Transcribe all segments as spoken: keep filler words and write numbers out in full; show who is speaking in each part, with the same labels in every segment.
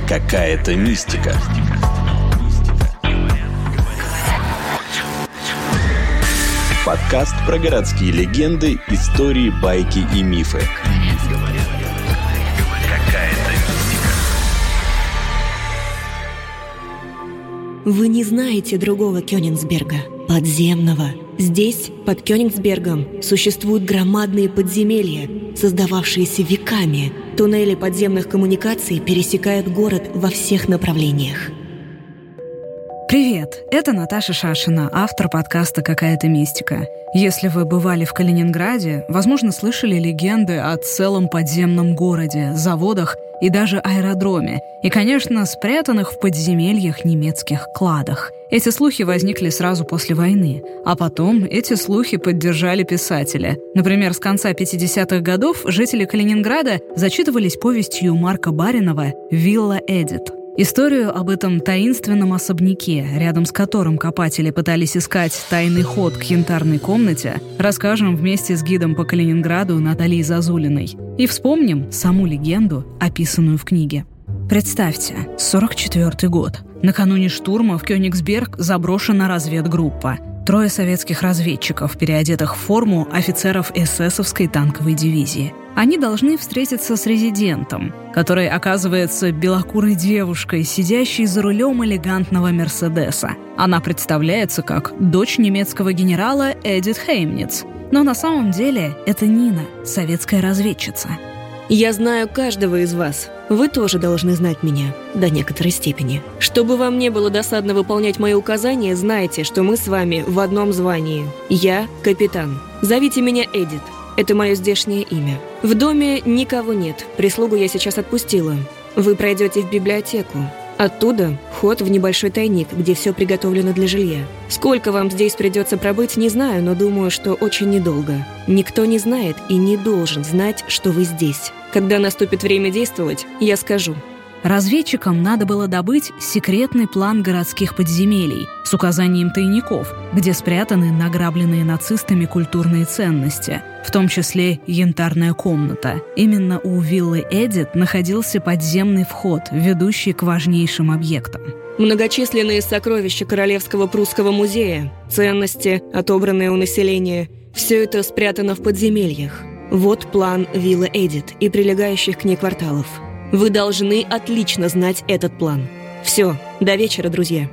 Speaker 1: Какая-то мистика. Подкаст про городские легенды, истории, байки и мифы. Какая-то мистика.
Speaker 2: Вы не знаете другого Кёнигсберга, подземного. Здесь, под Кёнигсбергом, существуют громадные подземелья, создававшиеся веками. Туннели подземных коммуникаций пересекают город во всех направлениях.
Speaker 3: Привет, это Наташа Шашина, автор подкаста «Какая-то мистика». Если вы бывали в Калининграде, возможно, слышали легенды о целом подземном городе, заводах и даже аэродроме, и, конечно, спрятанных в подземельях немецких кладах. Эти слухи возникли сразу после войны, а потом эти слухи поддержали писатели. Например, с конца пятидесятых годов жители Калининграда зачитывались повестью Марка Баринова «Вилла Эдит». Историю об этом таинственном особняке, рядом с которым копатели пытались искать тайный ход к янтарной комнате, расскажем вместе с гидом по Калининграду Натальей Зазулиной. И вспомним саму легенду, описанную в книге. Представьте, сорок четвёртый год. Накануне штурма в Кёнигсберг заброшена разведгруппа. Трое советских разведчиков, переодетых в форму офицеров эсэсовской танковой дивизии. Они должны встретиться с резидентом, который оказывается белокурой девушкой, сидящей за рулем элегантного Мерседеса. Она представляется как дочь немецкого генерала Эдит Хеймниц. Но на самом деле это Нина, советская разведчица.
Speaker 2: Я знаю каждого из вас. Вы тоже должны знать меня, до некоторой степени. Чтобы вам не было досадно выполнять мои указания, знайте, что мы с вами в одном звании. Я капитан. Зовите меня Эдит. Это мое здешнее имя. В доме никого нет, прислугу я сейчас отпустила. Вы пройдете в библиотеку. Оттуда ход в небольшой тайник, где все приготовлено для жилья. Сколько вам здесь придется пробыть, не знаю, но думаю, что очень недолго. Никто не знает и не должен знать, что вы здесь. Когда наступит время действовать, я скажу.
Speaker 3: Разведчикам надо было добыть секретный план городских подземелий с указанием тайников, где спрятаны награбленные нацистами культурные ценности, в том числе янтарная комната. Именно у виллы Эдит находился подземный вход, ведущий к важнейшим объектам.
Speaker 2: Многочисленные сокровища Королевского прусского музея, ценности, отобранные у населения – все это спрятано в подземельях. Вот план виллы Эдит и прилегающих к ней кварталов. Вы должны отлично знать этот план. Все, до вечера, друзья.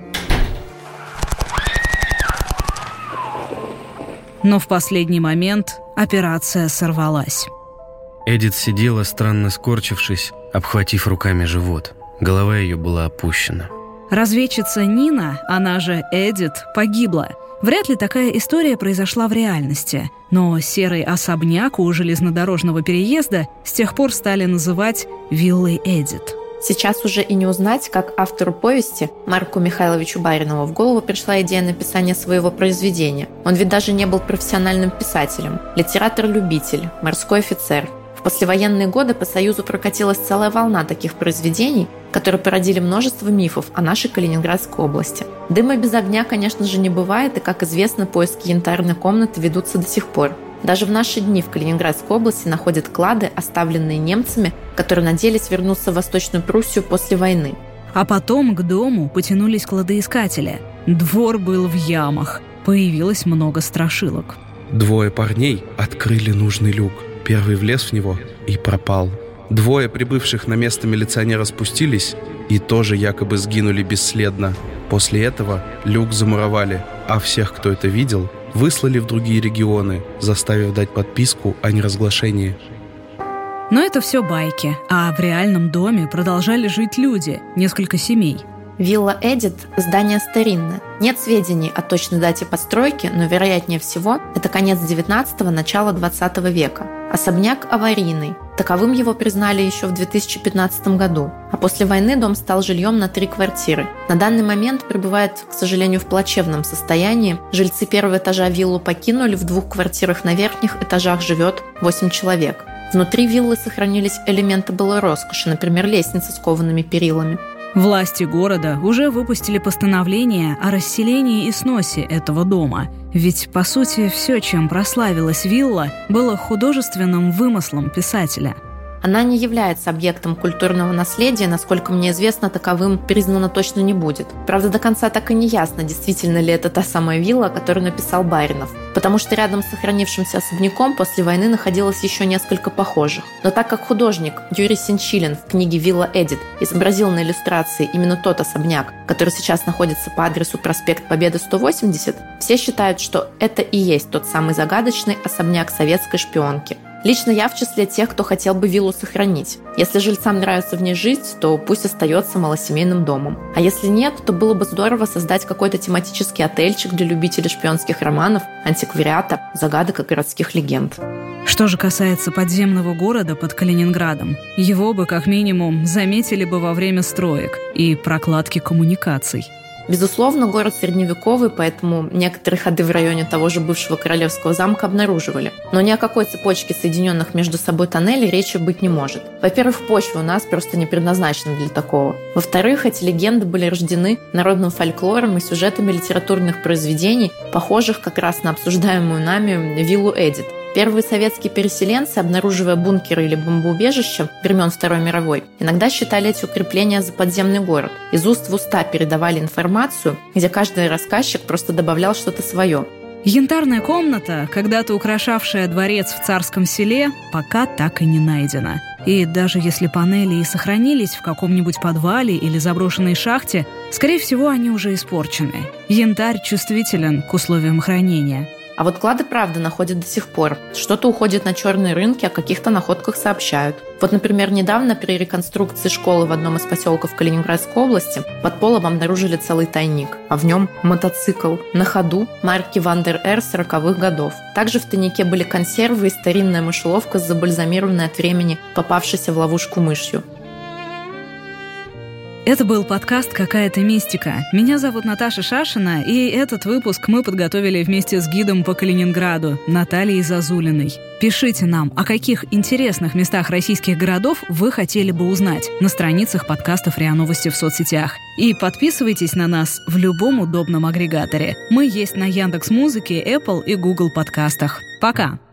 Speaker 3: Но в последний момент операция сорвалась.
Speaker 4: Эдит сидела, странно скорчившись, обхватив руками живот. Голова ее была опущена.
Speaker 3: Разведчица Нина, она же Эдит, погибла. Вряд ли такая история произошла в реальности, но серый особняк у железнодорожного переезда с тех пор стали называть «Виллой Эдит».
Speaker 5: Сейчас уже и не узнать, как автору повести Марку Михайловичу Баринову в голову пришла идея написания своего произведения. Он ведь даже не был профессиональным писателем, литератор-любитель, морской офицер. В послевоенные годы по Союзу прокатилась целая волна таких произведений, которые породили множество мифов о нашей Калининградской области. Дыма без огня, конечно же, не бывает, и, как известно, поиски янтарной комнаты ведутся до сих пор. Даже в наши дни в Калининградской области находят клады, оставленные немцами, которые надеялись вернуться в Восточную Пруссию после войны.
Speaker 3: А потом к дому потянулись кладоискатели. Двор был в ямах. Появилось много страшилок.
Speaker 6: Двое парней открыли нужный люк. Первый влез в него и пропал. Двое прибывших на место милиционера спустились и тоже якобы сгинули бесследно. После этого люк замуровали, а всех, кто это видел, выслали в другие регионы, заставив дать подписку о неразглашении.
Speaker 3: Но это все байки, а в реальном доме продолжали жить люди, несколько семей.
Speaker 5: Вилла Эдит – здание старинное. Нет сведений о точной дате постройки, но, вероятнее всего, это конец девятнадцатого – начало двадцатого века. Особняк аварийный. Таковым его признали еще в две тысячи пятнадцатом году. А после войны дом стал жильем на три квартиры. На данный момент пребывает, к сожалению, в плачевном состоянии. Жильцы первого этажа виллу покинули, в двух квартирах на верхних этажах живет восемь человек. Внутри виллы сохранились элементы былой роскоши, например, лестница с коваными перилами.
Speaker 3: Власти города уже выпустили постановление о расселении и сносе этого дома. Ведь, по сути, все, чем прославилась вилла, было художественным вымыслом писателя.
Speaker 5: Она не является объектом культурного наследия, насколько мне известно, таковым признано точно не будет. Правда, до конца так и не ясно, действительно ли это та самая вилла, о которой написал Баринов. Потому что рядом с сохранившимся особняком после войны находилось еще несколько похожих. Но так как художник Юрий Синчилин в книге «Вилла Эдит» изобразил на иллюстрации именно тот особняк, который сейчас находится по адресу проспект Победы сто восемьдесят, все считают, что это и есть тот самый загадочный особняк советской шпионки. Лично я в числе тех, кто хотел бы виллу сохранить. Если жильцам нравится в ней жить, то пусть остается малосемейным домом. А если нет, то было бы здорово создать какой-то тематический отельчик для любителей шпионских романов, антиквариата, загадок и городских легенд.
Speaker 3: Что же касается подземного города под Калининградом, его бы, как минимум, заметили бы во время строек и прокладки коммуникаций.
Speaker 5: Безусловно, город средневековый, поэтому некоторые ходы в районе того же бывшего Королевского замка обнаруживали. Но ни о какой цепочке соединенных между собой тоннелей речи быть не может. Во-первых, почва у нас просто не предназначена для такого. Во-вторых, эти легенды были рождены народным фольклором и сюжетами литературных произведений, похожих как раз на обсуждаемую нами виллу Эдит. Первые советские переселенцы, обнаруживая бункеры или бомбоубежища времен Второй мировой, иногда считали эти укрепления за подземный город. Из уст в уста передавали информацию, где каждый рассказчик просто добавлял что-то свое.
Speaker 3: Янтарная комната, когда-то украшавшая дворец в Царском Селе, пока так и не найдена. И даже если панели и сохранились в каком-нибудь подвале или заброшенной шахте, скорее всего, они уже испорчены. Янтарь чувствителен к условиям хранения.
Speaker 5: А вот клады, правда, находят до сих пор. Что-то уходит на черные рынки, о каких-то находках сообщают. Вот, например, недавно при реконструкции школы в одном из поселков Калининградской области под полом обнаружили целый тайник, а в нем мотоцикл на ходу марки Вандер Эр сороковых годов. Также в тайнике были консервы и старинная мышеловка, забальзамированная от времени, попавшейся в ловушку мышью.
Speaker 3: Это был подкаст «Какая-то мистика». Меня зовут Наташа Шашина, и этот выпуск мы подготовили вместе с гидом по Калининграду Натальей Зазулиной. Пишите нам, о каких интересных местах российских городов вы хотели бы узнать на страницах подкастов РИА Новости в соцсетях. И подписывайтесь на нас в любом удобном агрегаторе. Мы есть на Яндекс.Музыке, Apple и Google подкастах. Пока!